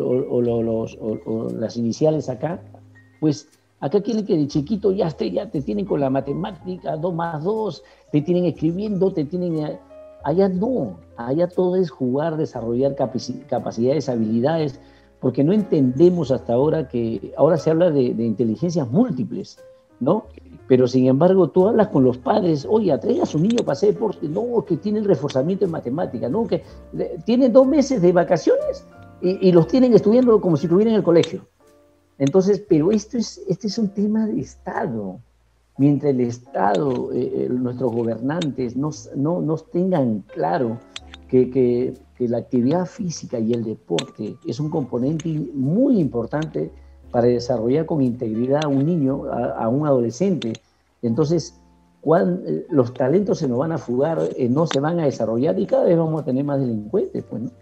o las iniciales acá, pues acá quieren que de chiquito ya te tienen con la matemática, 2 más 2, te tienen escribiendo, allá no, allá todo es jugar, desarrollar capacidades, habilidades, porque no entendemos hasta ahora que ahora se habla de inteligencias múltiples, ¿no? Pero sin embargo tú hablas con los padres, oye, traiga a su niño para hacer deporte, no, que tiene el reforzamiento en matemáticas, no, que tiene 2 meses de vacaciones y los tienen estudiando como si estuvieran en el colegio. Entonces, pero este es un tema de Estado. Mientras el Estado, nuestros gobernantes nos tengan claro que la actividad física y el deporte es un componente muy importante para desarrollar con integridad a un niño, a un adolescente. Entonces, los talentos se nos van a fugar, no se van a desarrollar, y cada vez vamos a tener más delincuentes, pues, ¿no?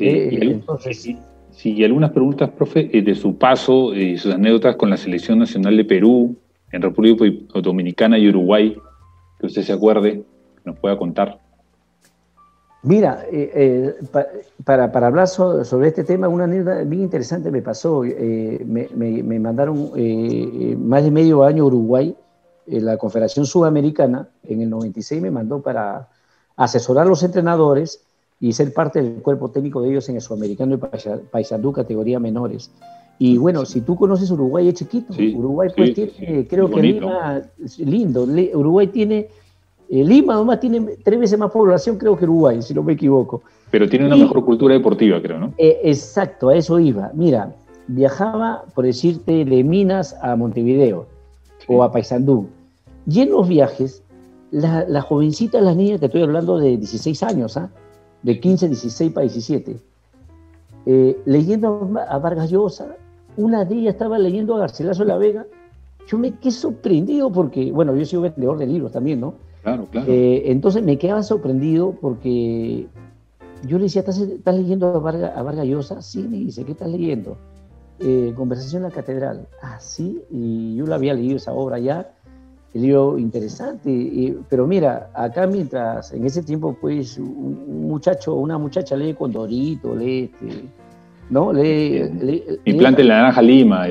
Sí, y algunas preguntas, profe, de su paso y sus anécdotas con la Selección Nacional de Perú, en República Dominicana y Uruguay, que usted se acuerde, que nos pueda contar. Mira, para hablar sobre este tema, una anécdota bien interesante me pasó. Me mandaron más de medio año a Uruguay, la Confederación Sudamericana, en el 96 me mandó para asesorar a los entrenadores y ser parte del cuerpo técnico de ellos en el Sudamericano de Paysandú, categoría menores. Y bueno, si tú conoces Uruguay, es chiquito. Sí, Uruguay pues tiene, creo que Lima, lindo. Uruguay tiene... Lima nomás tiene 3 veces más población, creo, que Uruguay, si no me equivoco. Pero tiene una mejor cultura deportiva, creo, ¿no? Exacto, a eso iba. Mira, viajaba, por decirte, de Minas a Montevideo, sí, o a Paysandú. Y en los viajes, las jovencitas, las niñas, te estoy hablando de 16 años, de 15, 16 para 17, leyendo a Vargas Llosa. Una de ellas estaba leyendo a Garcilaso de la Vega. Yo me quedé sorprendido porque, bueno, yo soy vendedor de libros también, ¿no? Claro. Entonces me quedaba sorprendido porque yo le decía, ¿estás leyendo a Vargas Llosa? Sí, me dice, ¿qué estás leyendo? Conversación en la Catedral. Ah, sí, y yo la había leído esa obra ya, el libro interesante, pero mira, acá mientras, en ese tiempo, pues, un muchacho o una muchacha lee Condorito, lee, ¿no? Mi planta en la Naranja Lima,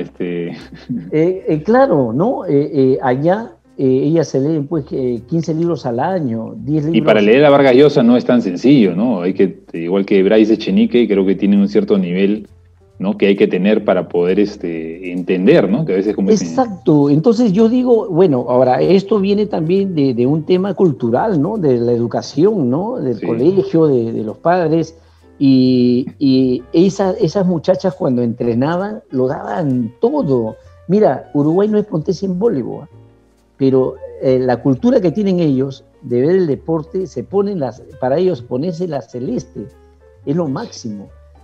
claro, ¿no? Allá ella se lee, pues, 15 libros al año, 10 libros. Y para leer a Vargas Llosa no es tan sencillo, ¿no? Hay que, igual que Bryce Echenique, creo que tienen un cierto nivel, ¿no? Que hay que tener para poder entender, ¿no? Que a veces como Exacto. Entonces yo digo, bueno, ahora esto viene también de un tema cultural, ¿no? De la educación, ¿no? Del colegio, de los padres. Y esas muchachas cuando entrenaban lo daban todo. Mira, Uruguay no es potencia en voleibol, pero la cultura que tienen ellos de ver el deporte, para ellos ponerse la celeste es lo máximo.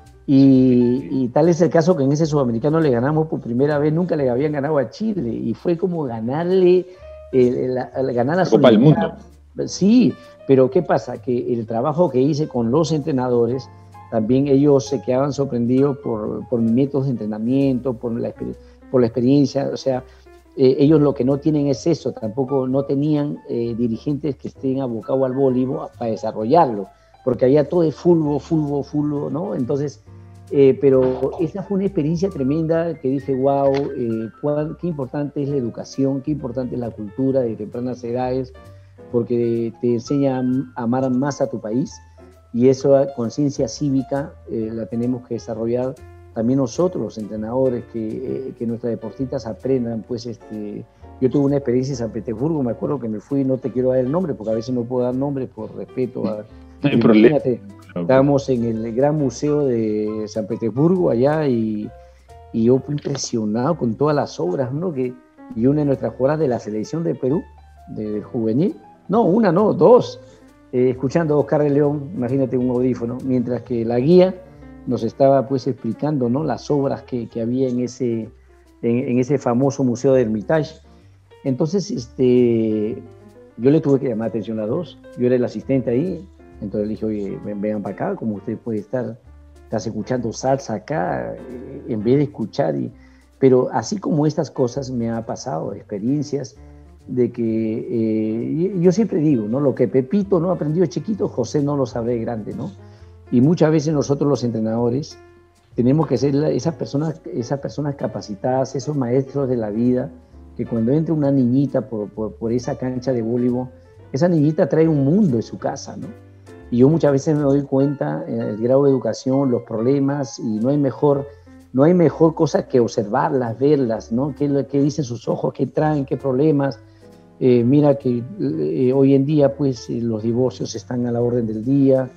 Y tal es el caso que en ese sudamericano le ganamos por primera vez, nunca le habían ganado a Chile, y fue como ganarle, ganar la Copa del Mundo. Sí, pero ¿qué pasa? Que el trabajo que hice con los entrenadores, también ellos se quedaban sorprendidos por mis métodos de entrenamiento, por la experiencia, o sea, ellos lo que no tienen es eso, tampoco no tenían dirigentes que estén abocados al voleibol para desarrollarlo, porque allá todo es fútbol, ¿no? Entonces, pero esa fue una experiencia tremenda que dije, wow, qué importante es la educación, qué importante es la cultura de tempranas edades, porque te enseña a amar más a tu país, y esa conciencia cívica la tenemos que desarrollar también nosotros, los entrenadores, que nuestras deportistas aprendan. Pues yo tuve una experiencia en San Petersburgo, me acuerdo que me fui, no te quiero dar el nombre, porque a veces no puedo dar nombres por respeto a... No hay problema. Estábamos en el Gran Museo de San Petersburgo allá, y yo fui impresionado con todas las obras, ¿no? Y una de nuestras jugadoras de la selección de Perú, del juvenil, dos, escuchando a Oscar de León, imagínate, un audífono, mientras que la guía nos estaba, pues, explicando, ¿no? Las obras que había en ese famoso Museo de Hermitage. Entonces, yo le tuve que llamar atención a las dos, yo era el asistente ahí. Entonces le dije, oye, vengan para acá, como usted puede estás escuchando salsa acá, en vez de escuchar. Pero así como estas cosas me ha pasado, experiencias de que yo siempre digo, ¿no? Lo que Pepito no aprendió de chiquito, José no lo sabe de grande, ¿no? Y muchas veces nosotros los entrenadores tenemos que ser esas personas capacitadas, esos maestros de la vida, que cuando entre una niñita por esa cancha de voleibol, esa niñita trae un mundo de su casa, ¿no? Y yo muchas veces me doy cuenta en el grado de educación, los problemas, y no hay mejor cosa que observarlas, verlas, ¿no? ¿Qué dicen sus ojos? ¿Qué traen? ¿Qué problemas? Mira que hoy en día, pues, los divorcios están a la orden del día.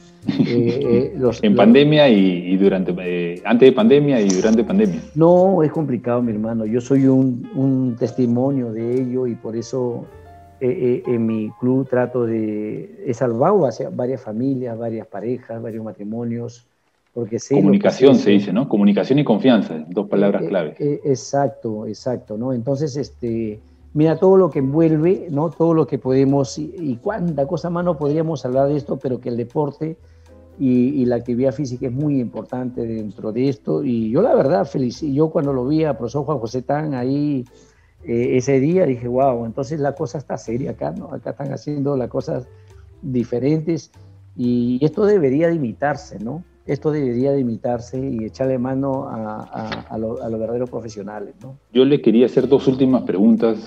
En pandemia y durante, antes de pandemia y durante pandemia. No, es complicado, mi hermano. Yo soy un testimonio de ello, y por eso en mi club he salvado a varias familias, varias parejas, varios matrimonios, porque sé comunicación se dice, ¿no? Comunicación y confianza, dos palabras claves. Exacto, ¿no? Entonces, mira todo lo que envuelve, ¿no? Todo lo que podemos, y cuánta cosa más no podríamos hablar de esto, pero que el deporte y la actividad física es muy importante dentro de esto. Y yo, la verdad, feliz. Yo cuando lo vi a profesor Juan José Tan ahí ese día, dije, wow, entonces la cosa está seria acá, ¿no? Acá están haciendo las cosas diferentes, y esto debería de imitarse, ¿no? Esto debería de imitarse y echarle mano a los verdaderos profesionales, ¿no? Yo le quería hacer dos últimas preguntas,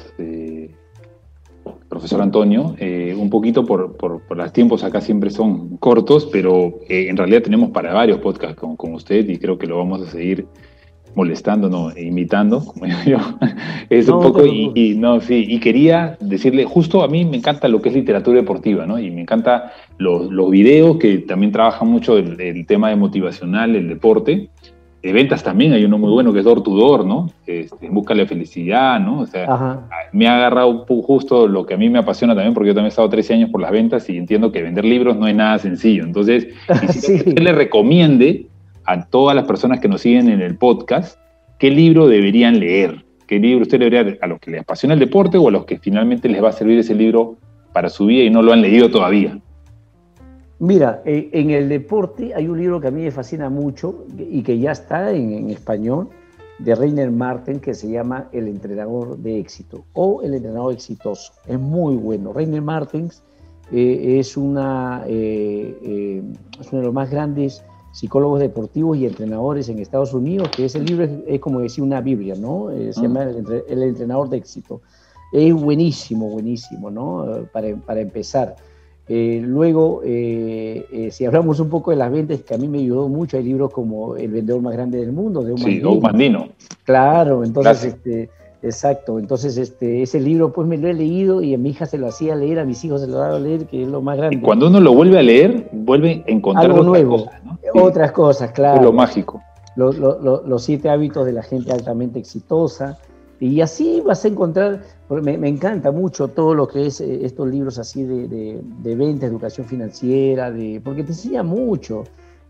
profesor Antonio, un poquito por los tiempos acá siempre son cortos, pero en realidad tenemos para varios podcasts con usted, y creo que lo vamos a seguir molestando, no, imitando, como digo yo. Es un poco, y quería decirle, justo a mí me encanta lo que es literatura deportiva, ¿no? Y me encanta los videos que también trabajan mucho el tema de motivacional, el deporte. De ventas también hay uno muy bueno que es Door to Door, ¿no? Busca la felicidad, ¿no? O sea, ajá, me ha agarrado justo lo que a mí me apasiona también, porque yo también he estado 13 años por las ventas y entiendo que vender libros no es nada sencillo. Entonces, sí, que usted le recomiende a todas las personas que nos siguen en el podcast qué libro deberían leer, qué libro usted debería, a los que les apasiona el deporte o a los que finalmente les va a servir ese libro para su vida y no lo han leído todavía. Mira, en el deporte hay un libro que a mí me fascina mucho y que ya está en español, de Rainer Martin, que se llama El entrenador de éxito o El entrenador exitoso. Es muy bueno. Rainer Martin es uno de los más grandes psicólogos deportivos y entrenadores en Estados Unidos, que ese libro es como decir una Biblia, ¿no? Se llama El entrenador de éxito. Es buenísimo, buenísimo, ¿no? Para empezar. Luego, si hablamos un poco de las ventas, que a mí me ayudó mucho, hay libros como El vendedor más grande del mundo, de Doug Mandino. Claro, entonces, exacto, entonces ese libro pues me lo he leído y a mi hija se lo hacía leer, a mis hijos se lo daba a leer, que es lo más grande. Y cuando uno lo vuelve a leer, vuelve a encontrar algo nuevo, cosas, ¿no? Otras cosas, claro. Es lo mágico. Los 7 hábitos de la gente altamente exitosa. Y así vas a encontrar, me encanta mucho todo lo que es estos libros así de venta, educación financiera, porque te enseña mucho.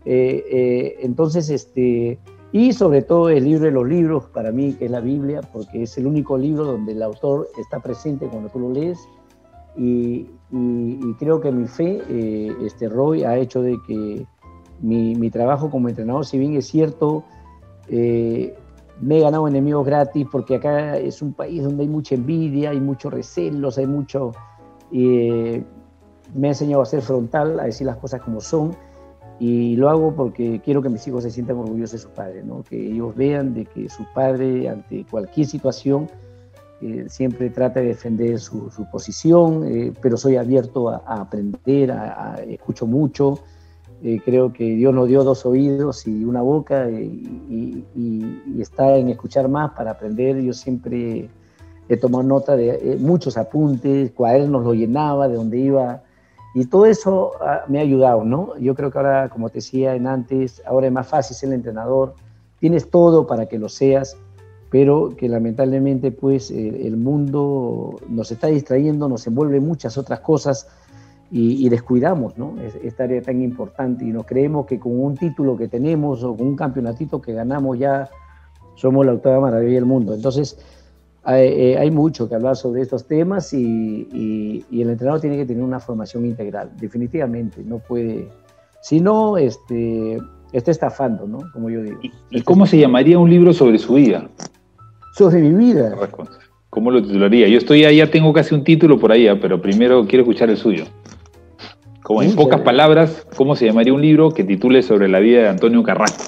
Entonces, y sobre todo el libro de los libros, para mí, que es la Biblia, porque es el único libro donde el autor está presente cuando tú lo lees. Y creo que mi fe, Roy, ha hecho de que mi trabajo como entrenador, si bien es cierto, me he ganado enemigos gratis, porque acá es un país donde hay mucha envidia, hay muchos recelos, hay mucho... me ha enseñado a ser frontal, a decir las cosas como son, y lo hago porque quiero que mis hijos se sientan orgullosos de su padre, ¿no? Que ellos vean de que su padre, ante cualquier situación, siempre trata de defender su posición, pero soy abierto a aprender, escucho mucho. Creo que Dios nos dio 2 oídos y una boca y está en escuchar más para aprender. Yo siempre he tomado nota de muchos apuntes, cuadernos lo llenaba de donde iba y todo eso me ha ayudado, ¿no? Yo creo que ahora, como te decía antes, ahora es más fácil ser el entrenador, tienes todo para que lo seas, pero que lamentablemente pues el mundo nos está distrayendo, nos envuelve muchas otras cosas. Y descuidamos, ¿no? Esta área tan importante y nos creemos que con un título que tenemos o con un campeonatito que ganamos ya somos la octava maravilla del mundo. Entonces hay mucho que hablar sobre estos temas y el entrenador tiene que tener una formación integral, definitivamente, no puede, si no, está estafando, ¿no? Como yo digo. ¿Y cómo se llamaría un libro sobre su vida? Sobre mi vida. ¿Cómo lo titularía? Yo ya tengo casi un título por ahí, pero primero quiero escuchar el suyo. Como en pocas palabras, ¿cómo se llamaría un libro que titule sobre la vida de Antonio Carrasco?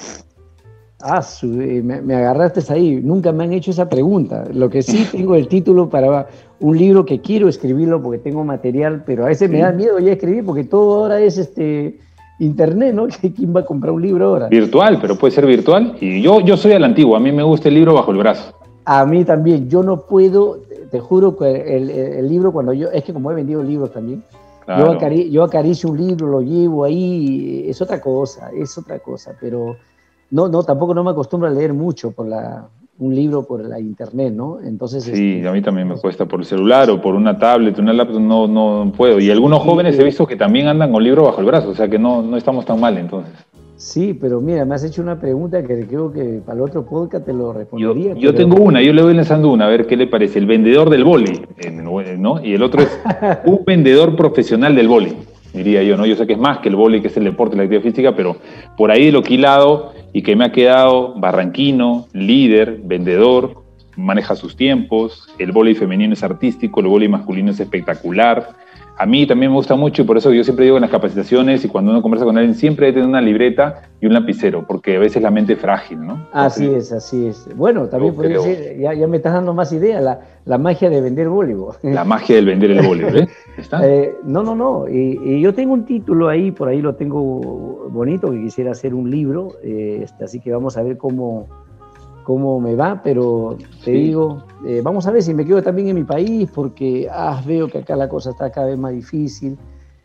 Me agarraste ahí. Nunca me han hecho esa pregunta. Lo que sí tengo el título para un libro que quiero escribirlo porque tengo material, pero a veces me da miedo ya escribir porque todo ahora es internet, ¿no? ¿Quién va a comprar un libro ahora? Virtual, pero puede ser virtual. Y yo soy a la antigua. A mí me gusta el libro bajo el brazo. A mí también. Yo no puedo, te juro que el libro es que como he vendido libros también, claro. Yo acaricio un libro, lo llevo ahí, es otra cosa, pero tampoco no me acostumbro a leer mucho un libro por la internet, ¿no? Entonces, sí, a mí también me cuesta por el celular o por una tablet, una laptop, no puedo. Y algunos jóvenes he visto que también andan con libro bajo el brazo, o sea que no estamos tan mal entonces. Sí, pero mira, me has hecho una pregunta que creo que para el otro podcast te lo respondería. Yo tengo una, yo le voy lanzando una, a ver qué le parece. El vendedor del vóley, ¿no? Y el otro es un vendedor profesional del vóley, diría yo, ¿no? Yo sé que es más que el vóley, que es el deporte, la actividad física, pero por ahí de lo que he hilado y que me ha quedado barranquino, líder, vendedor, maneja sus tiempos, el vóley femenino es artístico, el vóley masculino es espectacular. A mí también me gusta mucho y por eso yo siempre digo en las capacitaciones y cuando uno conversa con alguien siempre hay que tener una libreta y un lapicero, porque a veces la mente es frágil, ¿no? Entonces, así es. Bueno, también podría ser, ya me estás dando más ideas, la magia de vender voleibol. La magia del vender el voleibol, ¿eh? ¿Está? No. Y yo tengo un título ahí, por ahí lo tengo bonito, que quisiera hacer un libro, así que vamos a ver cómo me va, pero te digo, vamos a ver si me quedo también en mi país, porque veo que acá la cosa está cada vez más difícil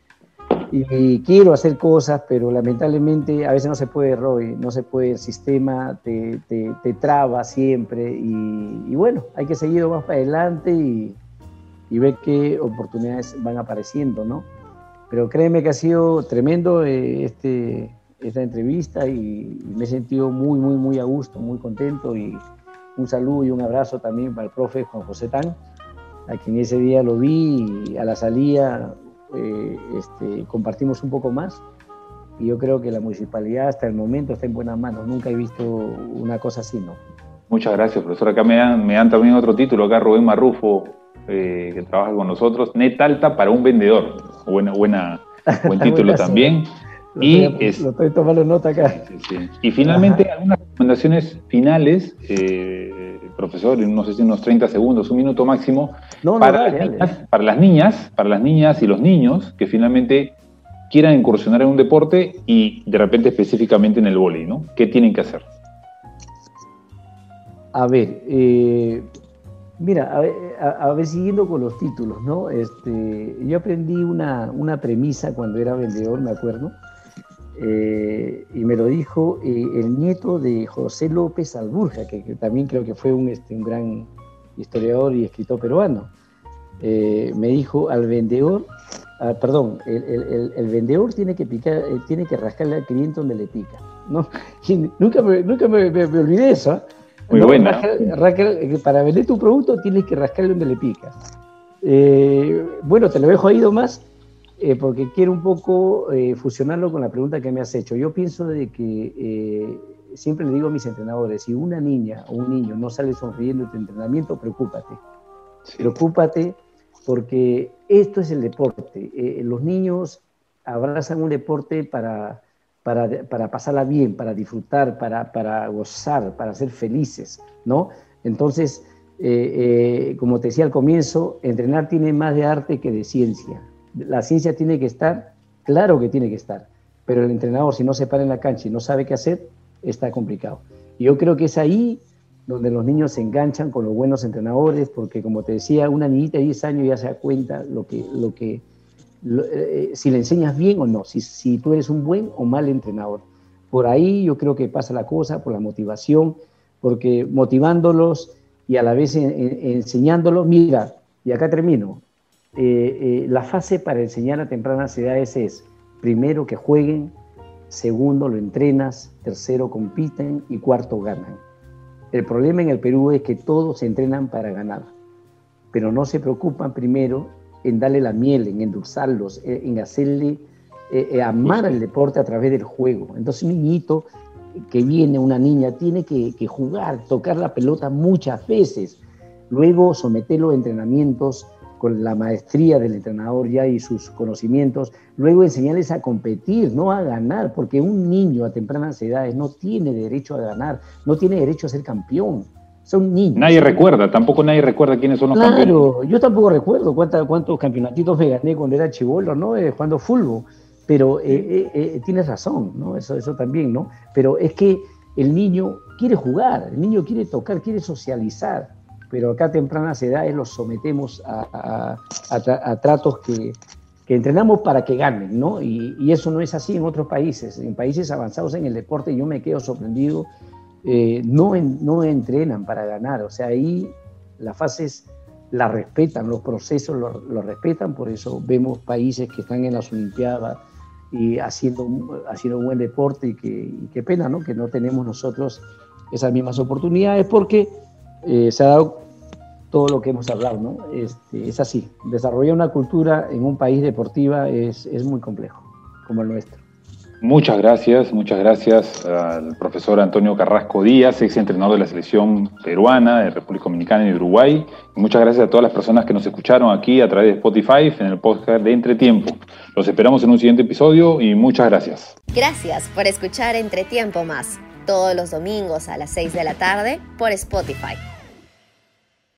y quiero hacer cosas, pero lamentablemente a veces no se puede, Roy, no se puede, el sistema te traba siempre y bueno, hay que seguir más para adelante y ver qué oportunidades van apareciendo, ¿no? Pero créeme que ha sido tremendo esta entrevista y me he sentido muy, muy, muy a gusto, muy contento y un saludo y un abrazo también para el profe Juan José Tan, a quien ese día lo vi y a la salida compartimos un poco más. Y yo creo que la municipalidad hasta el momento está en buenas manos. Nunca he visto una cosa así, ¿no? Muchas gracias, profesor. Acá me dan también otro título, acá Rubén Marrufo, que trabaja con nosotros. Net alta para un vendedor. Buen título también. Lo estoy tomando nota acá. Sí. Y finalmente, algunas recomendaciones finales, profesor, no sé si unos 30 segundos, un minuto máximo, para las niñas y los niños que finalmente quieran incursionar en un deporte y de repente específicamente en el vóley, ¿no? ¿Qué tienen que hacer? A ver, mira, a ver, siguiendo con los títulos, ¿no? Yo aprendí una premisa cuando era vendedor, me acuerdo, y me lo dijo el nieto de José López Alburja, que también creo que fue un gran historiador y escritor peruano. Me dijo al vendedor, el vendedor tiene que rascarle al cliente donde le pica, ¿no? Y nunca me olvidé eso, ¿eh? Muy buena. Para vender tu producto tienes que rascarle donde le pica. Bueno, te lo dejo ahí nomás, porque quiero un poco fusionarlo con la pregunta que me has hecho. Yo pienso de que siempre le digo a mis entrenadores, si una niña o un niño no sale sonriendo en tu entrenamiento, preocúpate. Sí. Preocúpate, porque esto es el deporte. Los niños abrazan un deporte para pasarla bien, para disfrutar, para gozar, para ser felices, ¿no? Entonces, como te decía al comienzo, entrenar tiene más de arte que de ciencia. La ciencia tiene que estar, claro que tiene que estar, pero el entrenador, si no se para en la cancha y no sabe qué hacer, está complicado. Y yo creo que es ahí donde los niños se enganchan con los buenos entrenadores, porque como te decía, una niñita de 10 años ya se da cuenta si le enseñas bien o no, si tú eres un buen o mal entrenador. Por ahí yo creo que pasa la cosa, por la motivación, porque motivándolos y a la vez enseñándolos, mira, y acá termino, la fase para enseñar a tempranas edades es, primero que jueguen, segundo lo entrenas, tercero compiten y cuarto ganan. El problema en el Perú es que todos se entrenan para ganar, pero no se preocupan primero en darle la miel, en endulzarlos, en hacerle amar al deporte a través del juego. Entonces un niñito que viene, una niña, tiene que jugar, tocar la pelota muchas veces, luego someterlo a entrenamientos con la maestría del entrenador ya y sus conocimientos, luego enseñarles a competir, no a ganar, porque un niño a tempranas edades no tiene derecho a ganar, no tiene derecho a ser campeón. Son niños. Tampoco nadie recuerda quiénes son los campeones. Claro, yo tampoco recuerdo cuántos campeonatitos me gané cuando era chibolo, ¿no? Jugando fútbol. Pero tienes razón, ¿no? Eso también, ¿no? Pero es que el niño quiere jugar, el niño quiere tocar, quiere socializar. Pero acá a tempranas edades los sometemos a tratos que entrenamos para que ganen, ¿no? Y eso no es así en otros países. En países avanzados en el deporte yo me quedo sorprendido. No entrenan para ganar, o sea, ahí las fases las respetan, los procesos los respetan, por eso vemos países que están en las Olimpiadas y haciendo un buen deporte y qué pena, ¿no? Que no tenemos nosotros esas mismas oportunidades porque se ha dado todo lo que hemos hablado, ¿no? Es así, desarrollar una cultura en un país deportiva es muy complejo, como el nuestro. Muchas gracias al profesor Antonio Carrasco Díaz, ex entrenador de la selección peruana, de República Dominicana y de Uruguay. Y muchas gracias a todas las personas que nos escucharon aquí a través de Spotify en el podcast de Entretiempo. Los esperamos en un siguiente episodio y muchas gracias. Gracias por escuchar Entretiempo Más, todos los domingos a las 6 de la tarde por Spotify.